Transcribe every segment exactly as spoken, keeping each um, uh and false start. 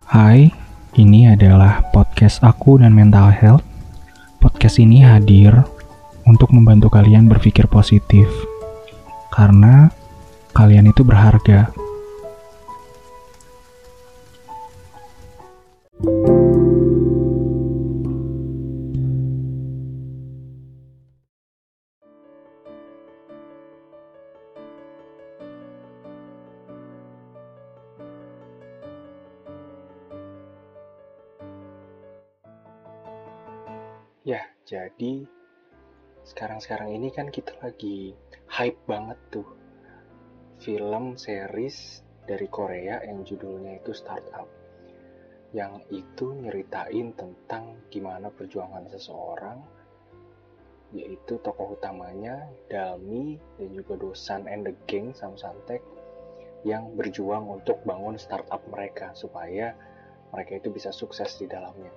Hai, ini adalah podcast aku dan mental health. Podcast ini hadir untuk membantu kalian berpikir positif, karena kalian itu berharga. Ya, jadi sekarang-sekarang ini kan kita lagi hype banget tuh film series dari Korea yang judulnya itu Startup. Yang itu nyeritain tentang gimana perjuangan seseorang, yaitu tokoh utamanya Dalmi dan juga Dosan and the Gang Samsantek yang berjuang untuk bangun startup mereka supaya mereka itu bisa sukses di dalamnya.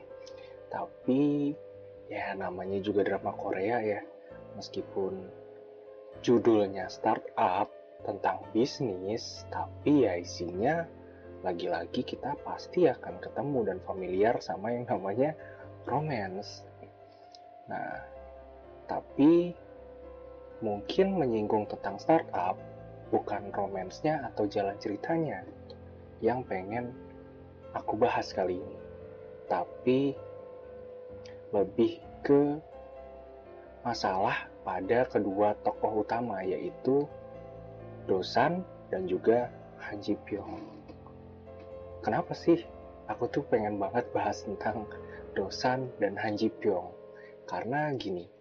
Tapi ya namanya juga drama Korea ya, meskipun judulnya startup tentang bisnis, tapi ya isinya lagi-lagi kita pasti akan ketemu dan familiar sama yang namanya romance. Nah, tapi mungkin menyinggung tentang startup bukan romansnya atau jalan ceritanya yang pengen aku bahas kali ini, tapi lebih ke masalah pada kedua tokoh utama, yaitu Dosan dan juga Han Ji Pyong. Kenapa sih aku tuh pengen banget bahas tentang Dosan dan Han Ji Pyong? Karena gini,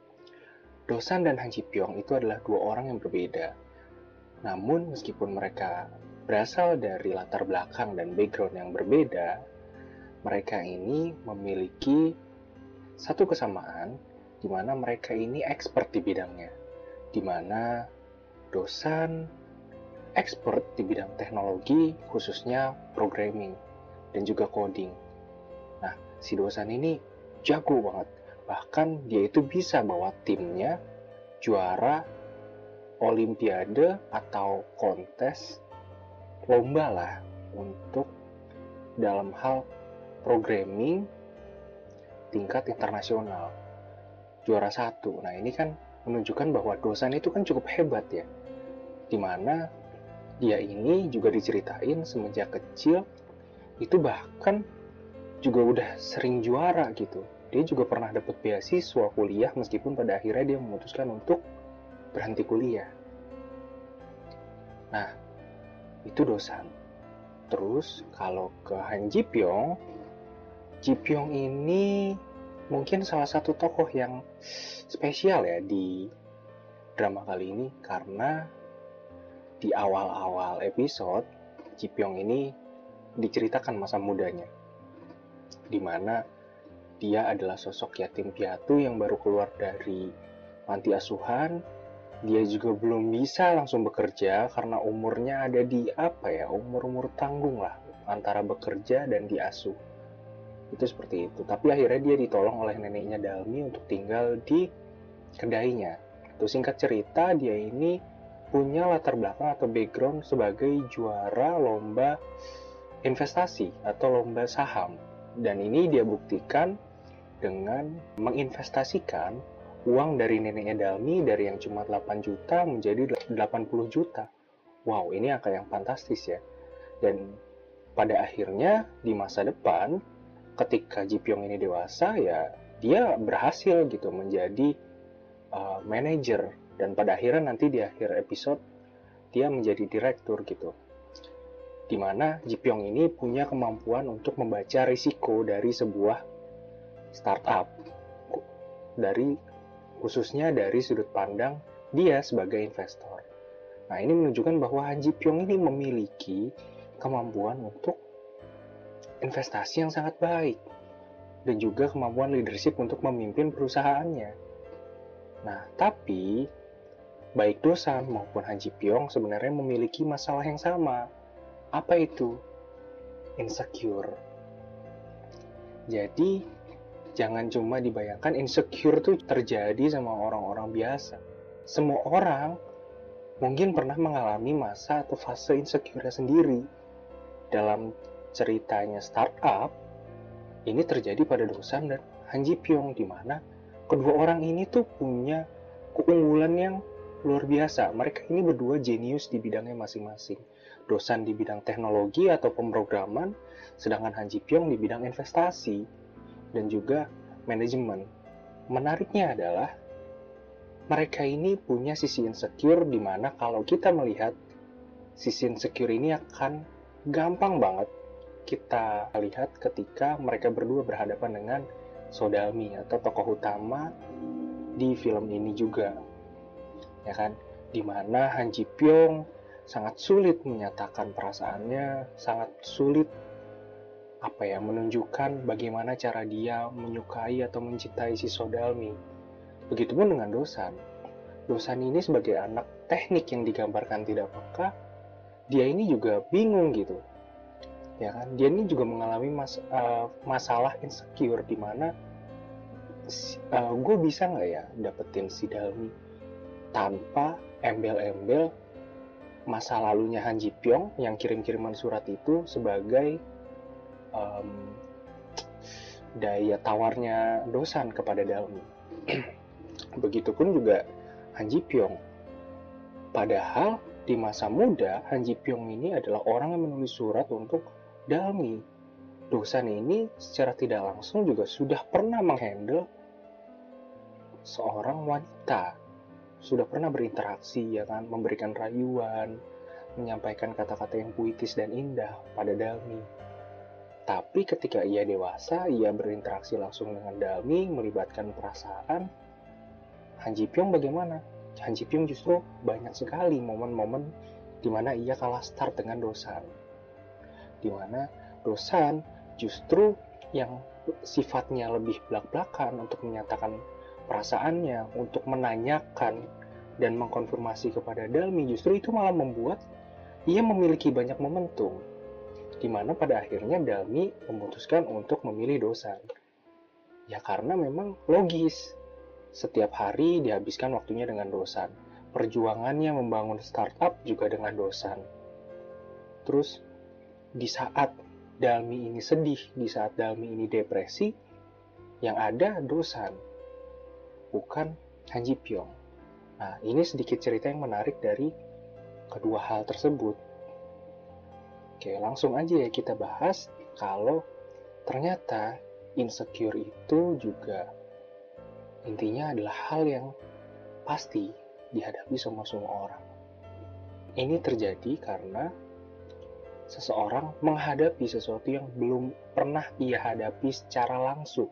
Dosan dan Han Ji Pyong itu adalah dua orang yang berbeda. Namun meskipun mereka berasal dari latar belakang dan background yang berbeda, mereka ini memiliki satu kesamaan, di mana mereka ini expert di bidangnya, di mana Dosan expert di bidang teknologi, khususnya programming dan juga coding. Nah, si Dosan ini jago banget, bahkan dia itu bisa bawa timnya juara olimpiade atau kontes lomba lah untuk dalam hal programming tingkat internasional, juara satu. Nah, ini kan menunjukkan bahwa Dosan itu kan cukup hebat ya, dimana dia ini juga diceritain semenjak kecil itu bahkan juga udah sering juara gitu. Dia juga pernah dapat beasiswa kuliah meskipun pada akhirnya dia memutuskan untuk berhenti kuliah. Nah, itu Dosan. Terus kalau ke Han Ji Pyong, Ji Pyong ini mungkin salah satu tokoh yang spesial ya di drama kali ini, karena di awal-awal episode Ji Pyong ini diceritakan masa mudanya, di mana dia adalah sosok yatim piatu yang baru keluar dari panti asuhan. Dia juga belum bisa langsung bekerja karena umurnya ada di apa ya, umur-umur tanggung lah antara bekerja dan diasuh. Itu seperti itu. Tapi akhirnya dia ditolong oleh neneknya Dalmi untuk tinggal di kedainya. Itu singkat cerita, dia ini punya latar belakang atau background sebagai juara lomba investasi atau lomba saham. Dan ini dia buktikan dengan menginvestasikan uang dari neneknya Dalmi dari yang cuma delapan juta menjadi delapan puluh juta. Wow, ini angka yang fantastis ya. Dan pada akhirnya di masa depan, ketika Ji Pyong ini dewasa, ya dia berhasil gitu menjadi uh, manajer, dan pada akhirnya nanti di akhir episode dia menjadi direktur gitu. Dimana Ji Pyong ini punya kemampuan untuk membaca risiko dari sebuah startup, dari khususnya dari sudut pandang dia sebagai investor. Nah, ini menunjukkan bahwa Han Ji Pyong ini memiliki kemampuan untuk investasi yang sangat baik dan juga kemampuan leadership untuk memimpin perusahaannya. Nah, tapi baik Dosan maupun Han Ji Pyong sebenarnya memiliki masalah yang sama. Apa itu? Insecure. Jadi jangan cuma dibayangkan insecure itu terjadi sama orang-orang biasa. Semua orang mungkin pernah mengalami masa atau fase insecure sendiri dalam ceritanya startup, ini terjadi pada Dosan dan Han Ji Pyong, di mana kedua orang ini tuh punya keunggulan yang luar biasa. Mereka ini berdua jenius di bidangnya masing-masing. Dosan di bidang teknologi atau pemrograman, sedangkan Han Ji Pyong di bidang investasi dan juga manajemen. Menariknya adalah mereka ini punya sisi insecure, di mana kalau kita melihat sisi insecure ini akan gampang banget kita lihat ketika mereka berdua berhadapan dengan Sodalmi atau tokoh utama di film ini juga, ya kan, dimana Han Ji Pyong sangat sulit menyatakan perasaannya, sangat sulit apa ya menunjukkan bagaimana cara dia menyukai atau mencintai si Sodalmi. Begitupun dengan Dosan. Dosan ini sebagai anak teknik yang digambarkan tidak peka, dia ini juga bingung gitu, ya kan, dia ini juga mengalami mas, uh, masalah insecure, di mana uh, gue bisa nggak ya dapetin si Dalmi tanpa embel-embel masa lalunya Han Ji Pyong yang kirim-kiriman surat itu sebagai um, daya tawarnya Dosan kepada Dalmi. Begitupun juga Han Ji Pyong. Padahal di masa muda, Han Ji Pyong ini adalah orang yang menulis surat untuk Dalmi. Dosan ini secara tidak langsung juga sudah pernah menghandle seorang wanita, sudah pernah berinteraksi, ya kan, memberikan rayuan, menyampaikan kata-kata yang puitis dan indah pada Dalmi. Tapi ketika ia dewasa, ia berinteraksi langsung dengan Dalmi, melibatkan perasaan. Han Ji Pyong bagaimana? Han Ji Pyong justru banyak sekali momen-momen di mana ia kalah start dengan Dosan, di mana Dosan justru yang sifatnya lebih belak-belakan untuk menyatakan perasaannya, untuk menanyakan dan mengkonfirmasi kepada Dalmi, justru itu malah membuat ia memiliki banyak momentum, di mana pada akhirnya Dalmi memutuskan untuk memilih Dosan. Ya karena memang logis, setiap hari dihabiskan waktunya dengan Dosan. Perjuangannya membangun startup juga dengan Dosan. Terus di saat Dalmi ini sedih, di saat Dalmi ini depresi, yang ada Dosan, bukan Han Ji Pyong. Nah, ini sedikit cerita yang menarik dari kedua hal tersebut. Oke, langsung aja ya kita bahas kalau ternyata insecure itu juga intinya adalah hal yang pasti dihadapi sama semua orang. Ini terjadi karena seseorang menghadapi sesuatu yang belum pernah ia hadapi secara langsung.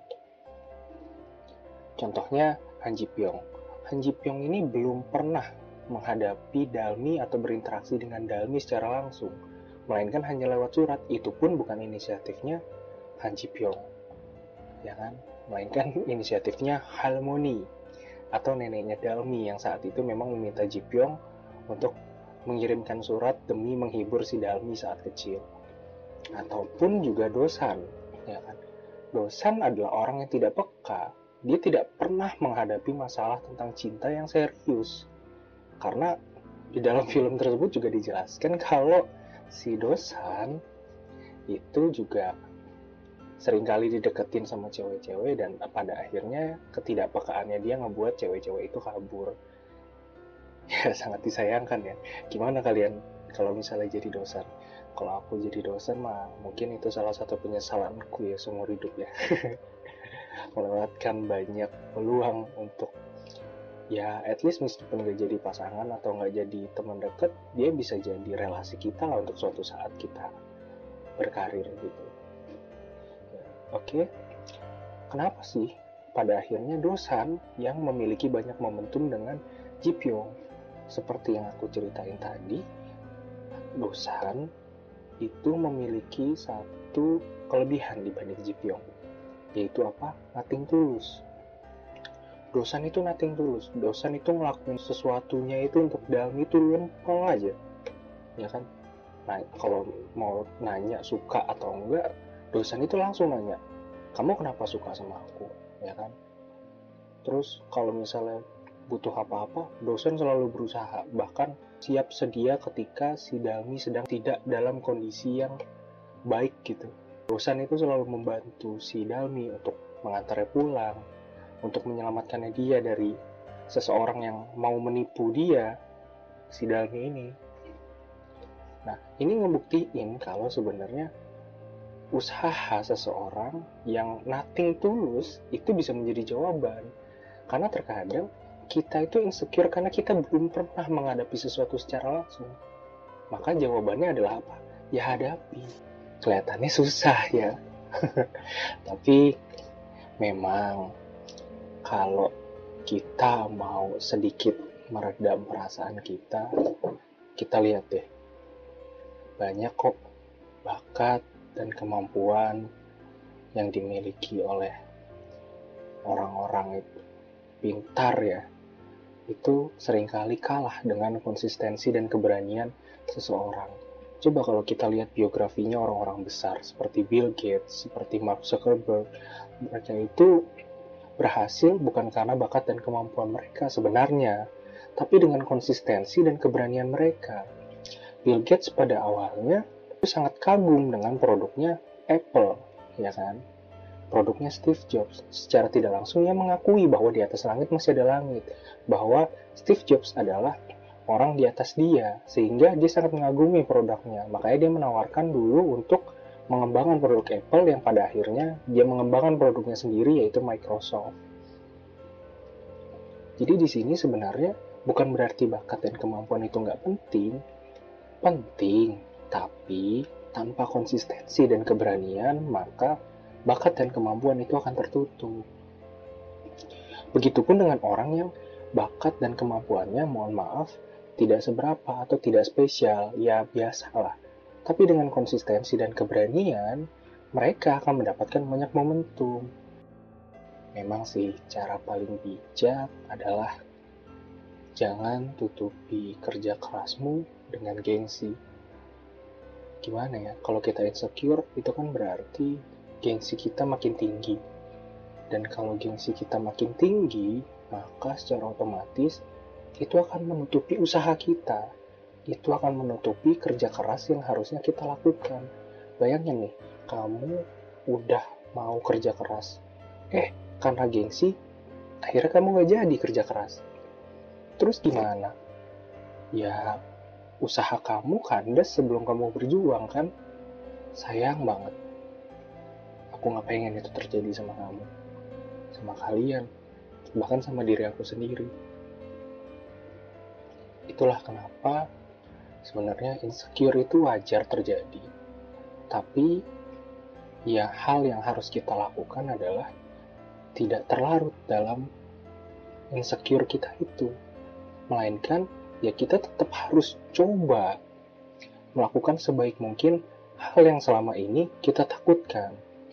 Contohnya Han Ji Pyong. Han Ji Pyong ini belum pernah menghadapi Dalmi atau berinteraksi dengan Dalmi secara langsung, melainkan hanya lewat surat. Itu pun bukan inisiatifnya Han Ji Pyong, ya kan? Melainkan inisiatifnya Halmoni atau neneknya Dalmi yang saat itu memang meminta Ji Pyong untuk mengirimkan surat demi menghibur si Dalmi saat kecil. Ataupun juga Dosan, ya kan? Dosan adalah orang yang tidak peka. Dia tidak pernah menghadapi masalah tentang cinta yang serius. Karena di dalam film tersebut juga dijelaskan kalau si Dosan itu juga seringkali dideketin sama cewek-cewek, dan pada akhirnya ketidakpekaannya dia ngebuat cewek-cewek itu kabur. Ya sangat disayangkan ya. Gimana kalian kalau misalnya jadi Dosan? Kalau aku jadi Dosan mah mungkin itu salah satu penyesalanku ya seumur hidup ya. Melewatkan banyak peluang untuk ya at least meskipun gak jadi pasangan atau gak jadi teman dekat, dia bisa jadi relasi kita lah untuk suatu saat kita berkarir gitu. Oke, kenapa sih pada akhirnya Dosan yang memiliki banyak momentum dengan Ji Pyong? Seperti yang aku ceritain tadi, Dosan itu memiliki satu kelebihan dibanding Ji Pyong, yaitu apa? Nothing tulus. Dosan itu nothing tulus. Dosan itu ngelakuin sesuatunya itu untuk Dalmi itu lempeng aja, ya kan? Nah, kalau mau nanya suka atau enggak, Dosan itu langsung nanya, kamu kenapa suka sama aku, ya kan? Terus kalau misalnya butuh apa-apa, Dosan selalu berusaha, bahkan siap sedia ketika si Dalmi sedang tidak dalam kondisi yang baik gitu. Rosan itu selalu membantu si Dalmi untuk mengantarnya pulang, untuk menyelamatkannya dia dari seseorang yang mau menipu dia, si Dalmi ini. Nah, ini ngebuktiin kalau sebenarnya usaha seseorang yang nothing tulus itu bisa menjadi jawaban. Karena terkadang kita itu insecure karena kita belum pernah menghadapi sesuatu secara langsung. Maka jawabannya adalah apa? Ya hadapi. Kelihatannya susah ya. Tapi memang kalau kita mau sedikit meredam perasaan kita, kita lihat deh. Banyak kok bakat dan kemampuan yang dimiliki oleh orang-orang itu pintar ya, itu seringkali kalah dengan konsistensi dan keberanian seseorang. Coba kalau kita lihat biografinya orang-orang besar seperti Bill Gates, seperti Mark Zuckerberg, mereka itu berhasil bukan karena bakat dan kemampuan mereka sebenarnya, tapi dengan konsistensi dan keberanian mereka. Bill Gates pada awalnya sangat kagum dengan produknya Apple, ya kan? Produknya Steve Jobs. Secara tidak langsung ia mengakui bahwa di atas langit masih ada langit, bahwa Steve Jobs adalah orang di atas dia, sehingga dia sangat mengagumi produknya. Makanya dia menawarkan dulu untuk mengembangkan produk Apple yang pada akhirnya dia mengembangkan produknya sendiri, yaitu Microsoft. Jadi di sini sebenarnya bukan berarti bakat dan kemampuan itu nggak penting, penting, tapi tanpa konsistensi dan keberanian, maka bakat dan kemampuan itu akan tertutup. Begitupun dengan orang yang bakat dan kemampuannya, mohon maaf, tidak seberapa atau tidak spesial, ya biasalah. Tapi dengan konsistensi dan keberanian, mereka akan mendapatkan banyak momentum. Memang sih, cara paling bijak adalah jangan tutupi kerja kerasmu dengan gengsi. Gimana ya, kalau kita insecure, itu kan berarti gengsi kita makin tinggi. Dan kalau gengsi kita makin tinggi, maka secara otomatis itu akan menutupi usaha kita. Itu akan menutupi kerja keras yang harusnya kita lakukan. Bayangin nih, kamu udah mau kerja keras. Eh, karena gengsi, akhirnya kamu gak jadi kerja keras. Terus gimana? Ya, usaha kamu kandas sebelum kamu berjuang kan? Sayang banget. Aku gak pengen itu terjadi sama kamu, sama kalian, bahkan sama diri aku sendiri. Itulah kenapa sebenarnya insecure itu wajar terjadi. Tapi ya hal yang harus kita lakukan adalah tidak terlarut dalam insecure kita itu. Melainkan ya kita tetap harus coba melakukan sebaik mungkin hal yang selama ini kita takutkan.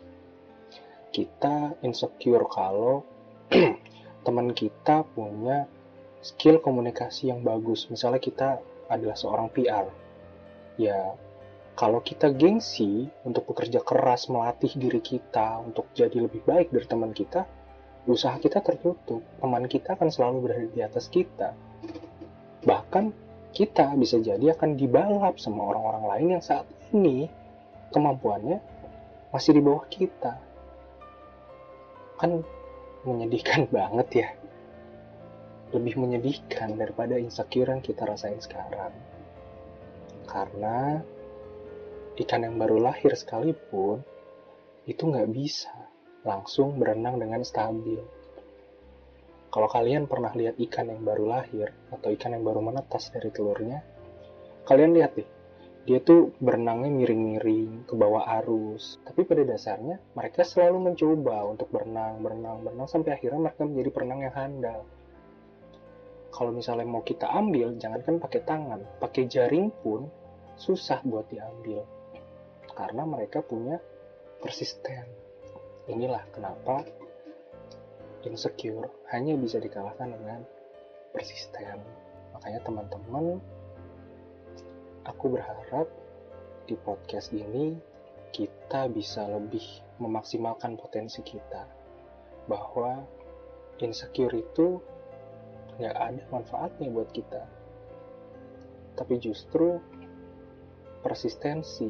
Kita insecure kalau teman kita punya skill komunikasi yang bagus. Misalnya kita adalah seorang P R. Ya, kalau kita gengsi untuk bekerja keras melatih diri kita untuk jadi lebih baik dari teman kita, usaha kita tertutup. Teman kita akan selalu berada di atas kita. Bahkan kita bisa jadi akan dibalap sama orang-orang lain yang saat ini kemampuannya masih di bawah kita. Kan menyedihkan banget ya. Lebih menyedihkan daripada insecure yang kita rasain sekarang. Karena ikan yang baru lahir sekalipun itu nggak bisa langsung berenang dengan stabil. Kalau kalian pernah lihat ikan yang baru lahir atau ikan yang baru menetas dari telurnya, kalian lihat deh, dia tuh berenangnya miring-miring ke bawah arus. Tapi pada dasarnya mereka selalu mencoba untuk berenang, berenang, berenang sampai akhirnya mereka menjadi perenang yang handal. Kalau misalnya mau kita ambil, jangankan pakai tangan, pakai jaring pun susah buat diambil. Karena mereka punya persisten. Inilah kenapa insecure hanya bisa dikalahkan dengan persisten. Makanya teman-teman, aku berharap di podcast ini kita bisa lebih memaksimalkan potensi kita. Bahwa insecure itu nggak ada manfaatnya buat kita. Tapi justru persistensi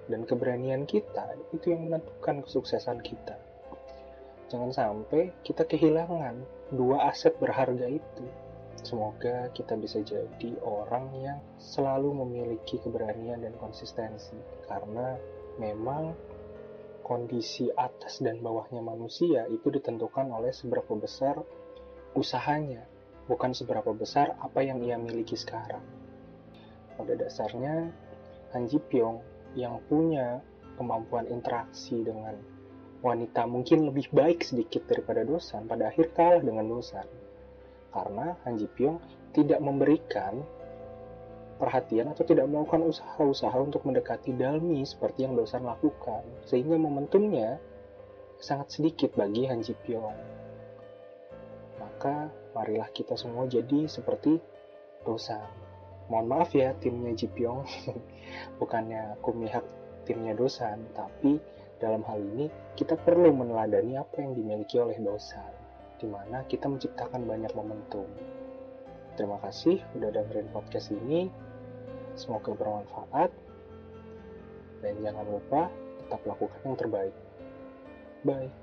Dan keberanian kita itu yang menentukan kesuksesan kita. Jangan sampai kita kehilangan dua aset berharga itu. Semoga kita bisa jadi orang yang selalu memiliki keberanian dan konsistensi. Karena memang kondisi atas dan bawahnya manusia itu ditentukan oleh seberapa besar usahanya, bukan seberapa besar apa yang ia miliki sekarang. Pada dasarnya, Han Ji Pyong yang punya kemampuan interaksi dengan wanita mungkin lebih baik sedikit daripada Dosan, pada akhir kalah dengan Dosan. Karena Han Ji Pyong tidak memberikan perhatian atau tidak melakukan usaha-usaha untuk mendekati Dalmi seperti yang Dosan lakukan, sehingga momentumnya sangat sedikit bagi Han Ji Pyong. Maka marilah kita semua jadi seperti Dosan. Mohon maaf ya timnya Ji Pyong, bukannya aku memihak timnya Dosan, tapi dalam hal ini kita perlu meneladani apa yang dimiliki oleh Dosan, di mana kita menciptakan banyak momentum. Terima kasih udah dengerin podcast ini. Semoga bermanfaat. Dan jangan lupa tetap lakukan yang terbaik. Bye.